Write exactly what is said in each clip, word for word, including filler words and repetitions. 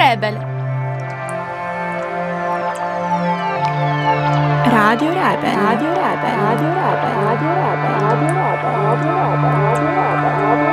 Rebel. Radio Rebel. Radio Rebel. Radio Rebel. Radio Rebel. Radio Rebel. Radio Rebel. Radio Rebel.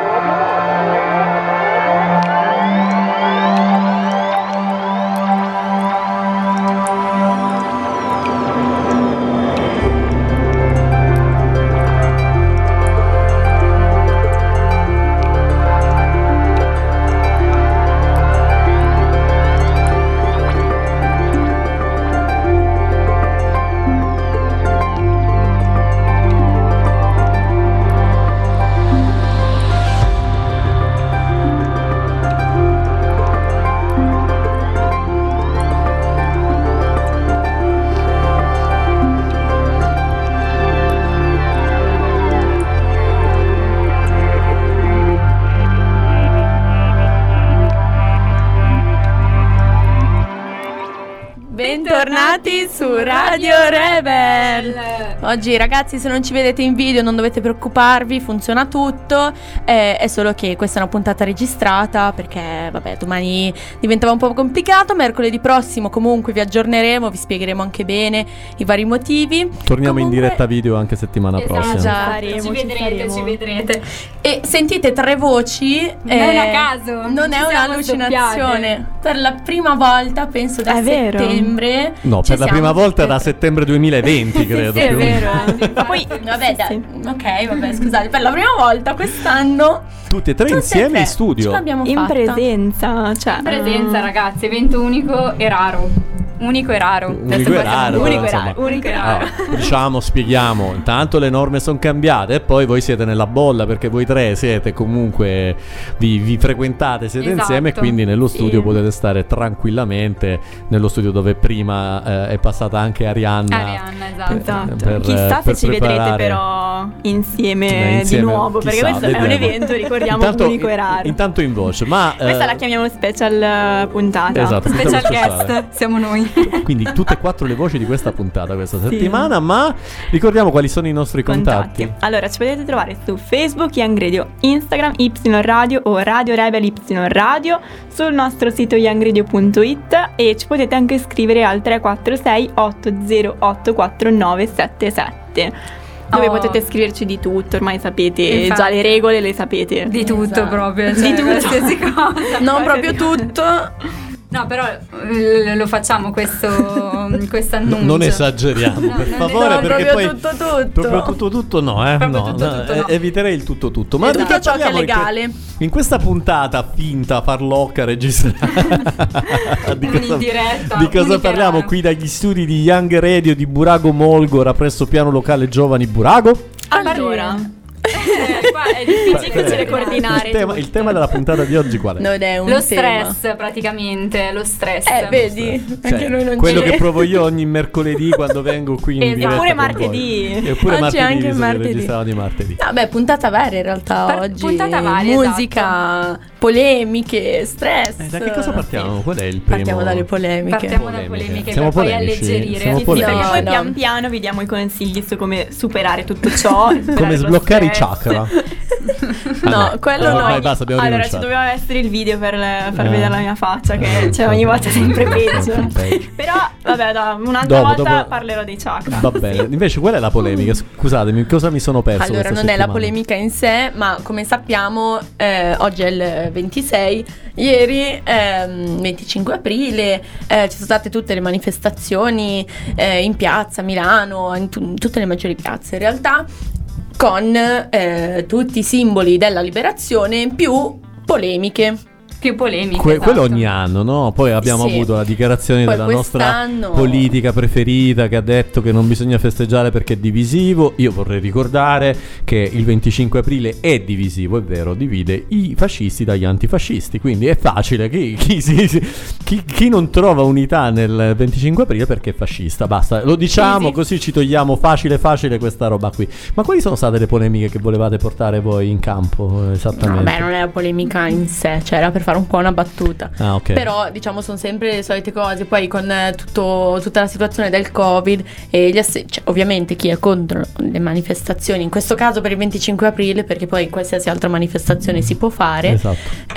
Bentornati su Radio Rebel. Oggi ragazzi, se non ci vedete in video non dovete preoccuparvi, funziona tutto, eh, è solo che questa è una puntata registrata perché vabbè domani diventava un po' complicato. Mercoledì prossimo comunque vi aggiorneremo, vi spiegheremo anche bene i vari motivi. Torniamo comunque... in diretta video anche settimana esatto, prossima. Già, faremo, ci, ci vedrete, faremo. ci vedrete. E sentite tre voci. Non eh, è a caso, non, non è ci siamo un'allucinazione. sdoppiate. Per la prima volta penso da È vero. settembre. No, ci per la siamo prima volta da tutte- settembre duemilaventi credo. Sì, è più o meno. vero. Ma poi vabbè, Sì, dai, sì. ok, vabbè, scusate, per la prima volta quest'anno Tutti e tre tutte e insieme tre in studio. ce l'abbiamo In fatta. presenza, cioè In presenza, ragazzi, evento unico e raro. Unico e raro. Unico Adesso e partiamo- raro, Unico e insomma. raro. Unico e raro. Ah, diciamo, spieghiamo. Intanto le norme sono cambiate e poi voi siete nella bolla perché voi tre siete comunque vi, vi frequentate, siete Esatto. insieme e quindi nello Sì. studio potete stare tranquillamente nello studio dove prima eh, è passata anche Arianna. Arianna, esatto. Esatto. per- Chissà per se ci vedrete preparare- però insieme, Eh, insieme, di nuovo, perché chissà, questo è un vediamo. evento, ricordiamo, Intanto- unico e raro. Intanto in voce, ma Questa eh, la chiamiamo special eh, puntata. Esatto. Special Speciale. guest, siamo noi. quindi tutte e quattro le voci di questa puntata questa settimana, ma ricordiamo quali sono i nostri contatti. Contatti. Allora, ci potete trovare su Facebook Young Radio, Instagram Y Radio o Radio Rebel Y Radio, sul nostro sito young radio punto it e ci potete anche scrivere al tre quattro sei otto zero otto quattro nove sette sette, dove Oh. potete scriverci di tutto, ormai sapete, Infatti. già le regole le sapete. Di tutto Esatto. proprio, Di cioè, tutto. qualsiasi cosa. Non Qualsiasi proprio cosa. tutto. No, però eh, lo facciamo questo questo No, annuncio. non esageriamo, No, per non favore, No, perché proprio poi tutto tutto. proprio tutto tutto no, eh? Proprio no, tutto, no, tutto eh, no. eviterei il tutto tutto. Ma E tutto di che ciò che è parliamo in que- legale. In questa puntata finta, farlocca, registrata di In cosa, diretta, di cosa unica parliamo rara. qui dagli studi di Young Radio di Burago Molgora presso Piano Locale Giovani Burago? Allora, Eh, qua è difficile difficile coordinare Il tema, tutto. il tema della puntata di oggi qual è? Non è un Lo tema. stress praticamente, lo stress. Eh, vedi, Cioè, anche noi non quello ci che provo io ogni mercoledì quando vengo qui in Esatto. diretta Eppure con martedì. voi. Eppure Oggi martedì, anche visto che martedì. registravo di martedì. Vabbè, puntata varia in realtà Per- oggi. puntata varia, Musica, polemiche, stress. Eh, da che cosa partiamo? Qual è il primo? Partiamo dalle polemiche. Partiamo dalle Polemiche. polemiche Siamo per poi polemici? alleggerire. Siamo Sì, polemici. perché poi No, pian no. piano vi diamo i consigli su come superare tutto ciò, superare Come lo sbloccare i stress. chakra. No, Ah, quello no. Ormai basta, abbiamo Allora, ci rinunciato. doveva essere il video per far Eh. vedere la mia faccia, che Eh, cioè, ogni volta sempre peggio. Peggio. Però, vabbè, da, un'altra Dopo, volta dopo- parlerò dei chakra. Va bene. Invece qual è la polemica? Scusatemi, cosa mi sono perso Allora, questa non è la settimana? polemica in sé, ma come sappiamo, eh, oggi è il ventisei, ieri, ehm, venticinque aprile, eh, ci sono state tutte le manifestazioni eh, in piazza, a Milano, in, tu- in tutte le maggiori piazze in realtà, con eh, tutti i simboli della liberazione più polemiche. Più polemiche. Que- esatto. Quello ogni anno, no? Poi abbiamo Sì. avuto la dichiarazione Poi della nostra quest'anno- politica preferita che ha detto che non bisogna festeggiare perché è divisivo. Io vorrei ricordare che il venticinque aprile è divisivo, è vero, divide i fascisti dagli antifascisti, quindi è facile chi, chi, si- si- chi- chi non trova unità nel venticinque aprile perché è fascista, basta, lo diciamo Sì, sì. così ci togliamo facile facile questa roba qui. Ma quali sono state le polemiche che volevate portare voi in campo eh, esattamente? Vabbè, non è la polemica in sé, cioè era per fare fare un po' una battuta. Ah, ok. Però diciamo sono sempre le solite cose. Poi con eh, tutto, tutta la situazione del Covid e gli ass- cioè, ovviamente chi è contro le manifestazioni, in questo caso per il venticinque aprile, perché poi qualsiasi altra manifestazione si può fare, Esatto.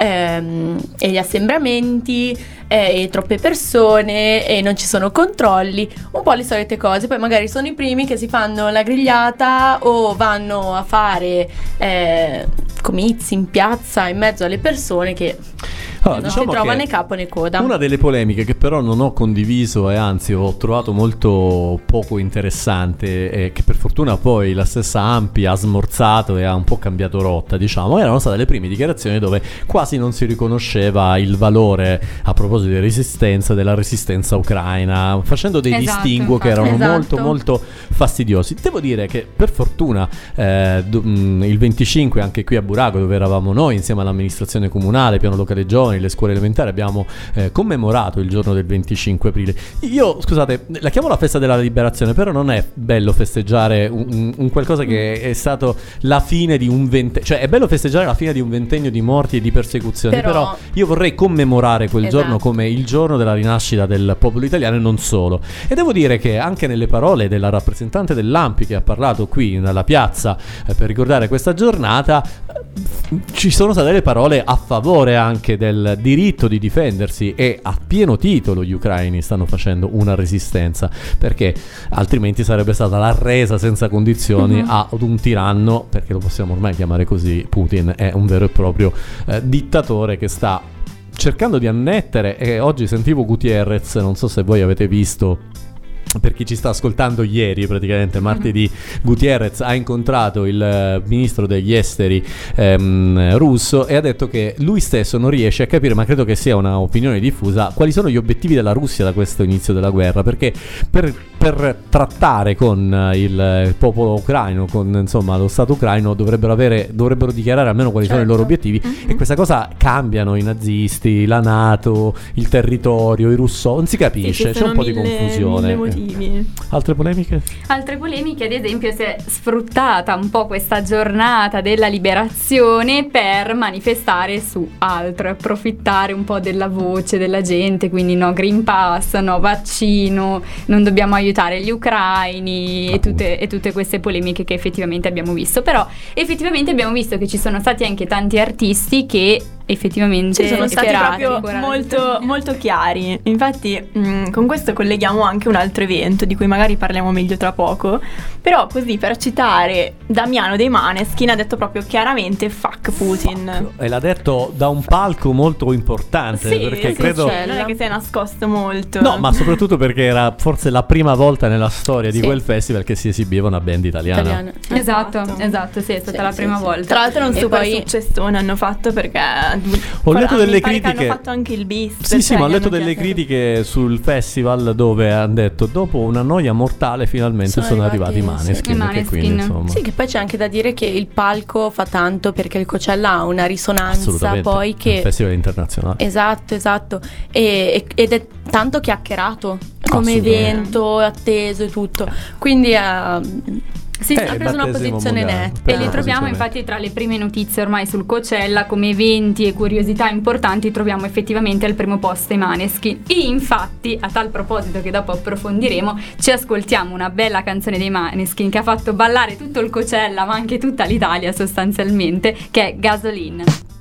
ehm, e gli assembramenti eh, e troppe persone e non ci sono controlli, un po' le solite cose. Poi magari sono i primi che si fanno la grigliata o vanno a fare eh, comizi in piazza in mezzo alle persone che Allora, non diciamo si trova che né capo né coda. una delle polemiche che però non ho condiviso e anzi ho trovato molto poco interessante e che per fortuna poi la stessa Ampi ha smorzato e ha un po' cambiato rotta, diciamo, erano state le prime dichiarazioni dove quasi non si riconosceva il valore, a proposito di resistenza, della resistenza ucraina, facendo dei Esatto, distinguo che infatti. erano Esatto. molto molto fastidiosi. Devo dire che per fortuna eh, do- mh, il venticinque anche qui a Burago, dove eravamo noi insieme all'amministrazione comunale, piano locale giovani, le scuole elementari, abbiamo eh, commemorato il giorno del venticinque aprile. Io, scusate, la chiamo la festa della liberazione, però non è bello festeggiare un, un- un qualcosa che è stato la fine di un ventennio, cioè è bello festeggiare la fine di un ventennio di morti e di persecuzioni, però, Però- io vorrei commemorare quel Esatto. giorno come il giorno della rinascita del popolo italiano e non solo. E devo dire che anche nelle parole della rappresentante dell'Ampi che ha parlato qui nella piazza eh, per ricordare questa giornata, eh, ci sono state delle parole a favore anche del diritto di difendersi, e a pieno titolo gli ucraini stanno facendo una resistenza, perché altrimenti sarebbe stata la resa senza condizioni Mhm. ad un tiranno, perché lo possiamo ormai chiamare così. Putin è un vero e proprio eh, dittatore che sta cercando di annettere. E oggi sentivo Gutierrez, non so se voi avete visto, per chi ci sta ascoltando, ieri praticamente martedì Gutierrez ha incontrato il eh, ministro degli esteri ehm, russo e ha detto che lui stesso non riesce a capire, ma credo che sia una opinione diffusa, quali sono gli obiettivi della Russia da questo inizio della guerra, perché per, per trattare con eh, il popolo ucraino, con insomma lo Stato ucraino, dovrebbero avere dovrebbero dichiarare almeno quali sono i loro Certo. obiettivi, e questa cosa cambiano i nazisti, la NATO, il territorio, i russo, non si capisce, c'è un po' di confusione. motivi. Altre polemiche? Altre polemiche, ad esempio, si è sfruttata un po' questa giornata della liberazione per manifestare su altro, approfittare un po' della voce della gente, quindi no Green Pass, no vaccino, non dobbiamo aiutare gli ucraini e tutte, e tutte queste polemiche che effettivamente abbiamo visto. Però effettivamente abbiamo visto che ci sono stati anche tanti artisti che effettivamente Sì, sono stati schierati. proprio molto, molto chiari. Infatti mh, con questo colleghiamo anche un altro evento di cui magari parliamo meglio tra poco. Però così, per citare Damiano dei Maneskin, ha detto proprio chiaramente fuck Putin. E l'ha detto da un palco molto importante, Sì, perché sì, credo... cioè, non è che si è nascosto molto. No, ma soprattutto perché era forse la prima volta nella storia di Sì. quel festival che si esibiva una band italiana. Italiana. Sì. Esatto, Esatto. esatto, sì, è stata Sì, la sì, prima sì. volta. Tra l'altro è un E super poi- successone hanno fatto, perché Ho letto mi delle pare che critiche. hanno fatto anche il bis. Sì, sì, cioè, ma ho gli letto hanno delle chiesto- critiche sul festival dove hanno detto dopo una noia mortale finalmente sono, Sono arrivati, arrivati, i Maneskin, sì. I che Maneskin. quindi insomma Sì, che poi c'è anche da dire che il palco fa tanto, perché il Coachella ha una risonanza assolutamente poi è un che... festival internazionale. Esatto, esatto. E- ed è tanto chiacchierato come Assolutamente. evento, atteso e tutto. Quindi eh, sì, Eh, ha preso una battesimo posizione mondiale. netta. Per E li una troviamo posizione. infatti tra le prime notizie ormai sul Coachella, come eventi e curiosità importanti troviamo effettivamente al primo posto i Maneskin. E infatti, a tal proposito, che dopo approfondiremo, ci ascoltiamo una bella canzone dei Maneskin che ha fatto ballare tutto il Coachella, ma anche tutta l'Italia sostanzialmente, che è Gasoline.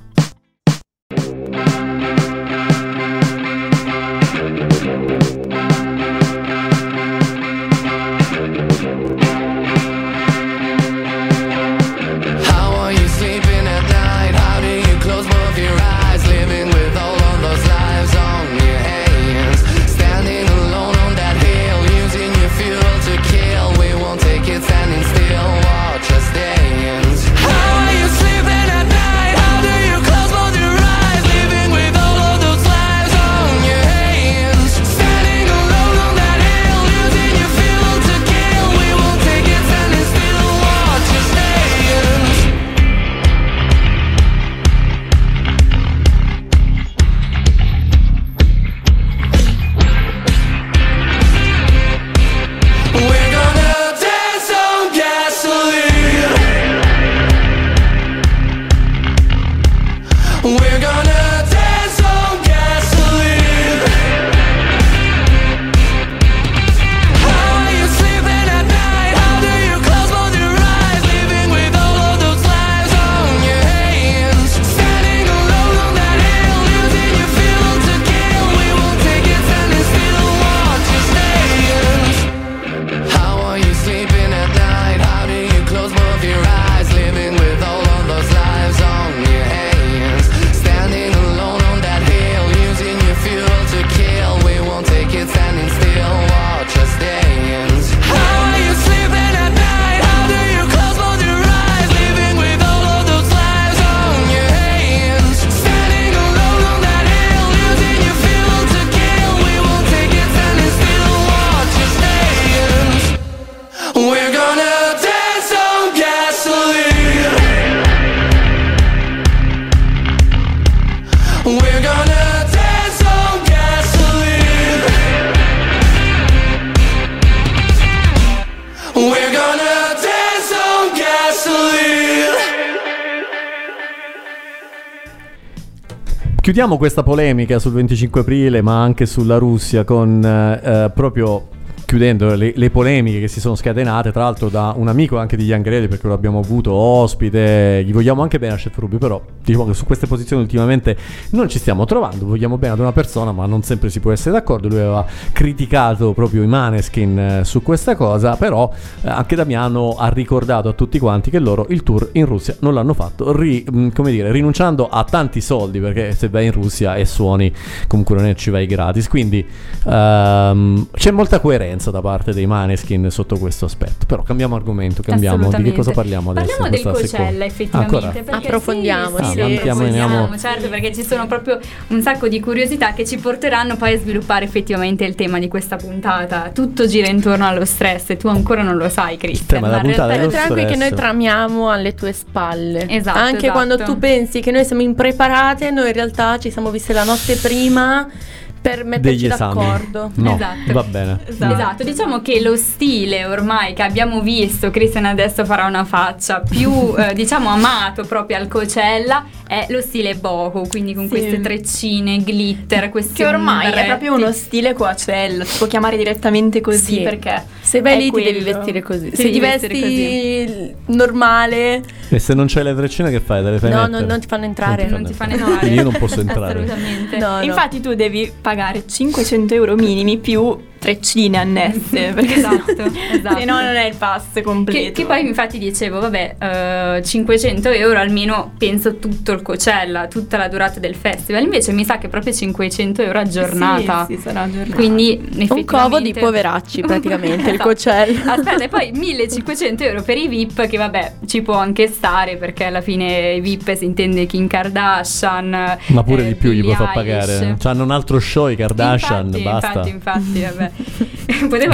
How are you sleeping at night? How do you close both your eyes? Living with all of those lives on your hands. Standing alone on that hill, using your fuel to kill. We won't take it standing still, watch us dance. How are you sleeping at night? How do your eyes, living with all of those lives on your hands. Standing alone on that hill, using your fuel to kill. We won't take it standing still, watch us dance. How are you sleeping at night? How do you close both your eyes, living with all of those lives on your hands? Standing alone on that hill, using your fuel to kill. We won't take it standing still, watch us dance. We're gonna dance on gasoline. We're gonna dance on gasoline. We're gonna dance on gasoline. Chiudiamo questa polemica sul venticinque aprile, ma anche sulla Russia, con eh, eh, proprio chiudendo le, le polemiche che si sono scatenate, tra l'altro da un amico anche di Young Radio, perché lo abbiamo avuto ospite. Gli vogliamo anche bene a Chef Ruby, però diciamo che su queste posizioni ultimamente non ci stiamo trovando. Vogliamo bene ad una persona, ma non sempre si può essere d'accordo. Lui aveva criticato proprio i Maneskin eh, su questa cosa, però eh, anche Damiano ha ricordato a tutti quanti che loro il tour in Russia non l'hanno fatto, ri, mh, come dire, rinunciando a tanti soldi, perché se vai in Russia e suoni comunque non è ci vai gratis, quindi ehm, c'è molta coerenza da parte dei Maneskin sotto questo aspetto. Però cambiamo argomento, cambiamo di che cosa parliamo adesso? Parliamo del questa Coachella, seconda? effettivamente. Ancora? Perché Approfondiamo, sì, sì. sì, Ah, sì, andiamo, approfondiamo, andiamo. certo, perché ci sono proprio un sacco di curiosità che ci porteranno poi a sviluppare effettivamente il tema di questa puntata. Tutto gira intorno allo stress e tu ancora non lo sai, Cristian. tema della ma in puntata realtà è lo Tranqui che noi stress. tramiamo alle tue spalle. Esatto, Anche esatto. quando tu pensi che noi siamo impreparate, noi in realtà ci siamo viste la notte prima per metterci Degli esami. d'accordo. No, Esatto. va bene. Esatto. Diciamo che lo stile ormai che abbiamo visto, Cristian adesso farà una faccia, più eh, diciamo amato proprio al Coachella è lo stile boho, quindi con Sì. queste treccine, glitter, questi Che ormai è ombretti. proprio uno stile Coachella, si può chiamare direttamente così Sì. perché Se vai è lì ti devi quello. vestire così. Ti Se devi ti vestire vesti normale, E se non c'hai le treccine che fai? Te le fai no, mettere? non, non ti fanno entrare. Non ti fanno entrare. entrare. Quindi io non posso entrare. Assolutamente. No, no. Infatti tu devi pagare cinquecento euro minimi più treccine annesse perché Esatto, esatto. se no non è il pass Che, completo. che poi infatti dicevo, vabbè, eh, cinquecento euro almeno penso tutto il Coachella, tutta la durata del festival. Invece mi sa che proprio cinquecento euro a giornata. Sì, sì, sarà a giornata. Quindi Un effettivamente covo di poveracci praticamente il Esatto. Coachella. Aspetta, e poi millecinquecento euro per i V I P, che vabbè ci può anche stare, perché alla fine i V I P si intende Kim Kardashian, Ma pure eh, di più gli puoi Billie far pagare. Eilish. C'hanno un altro show i Kardashian, Infatti, basta. infatti, infatti, vabbè. Poteva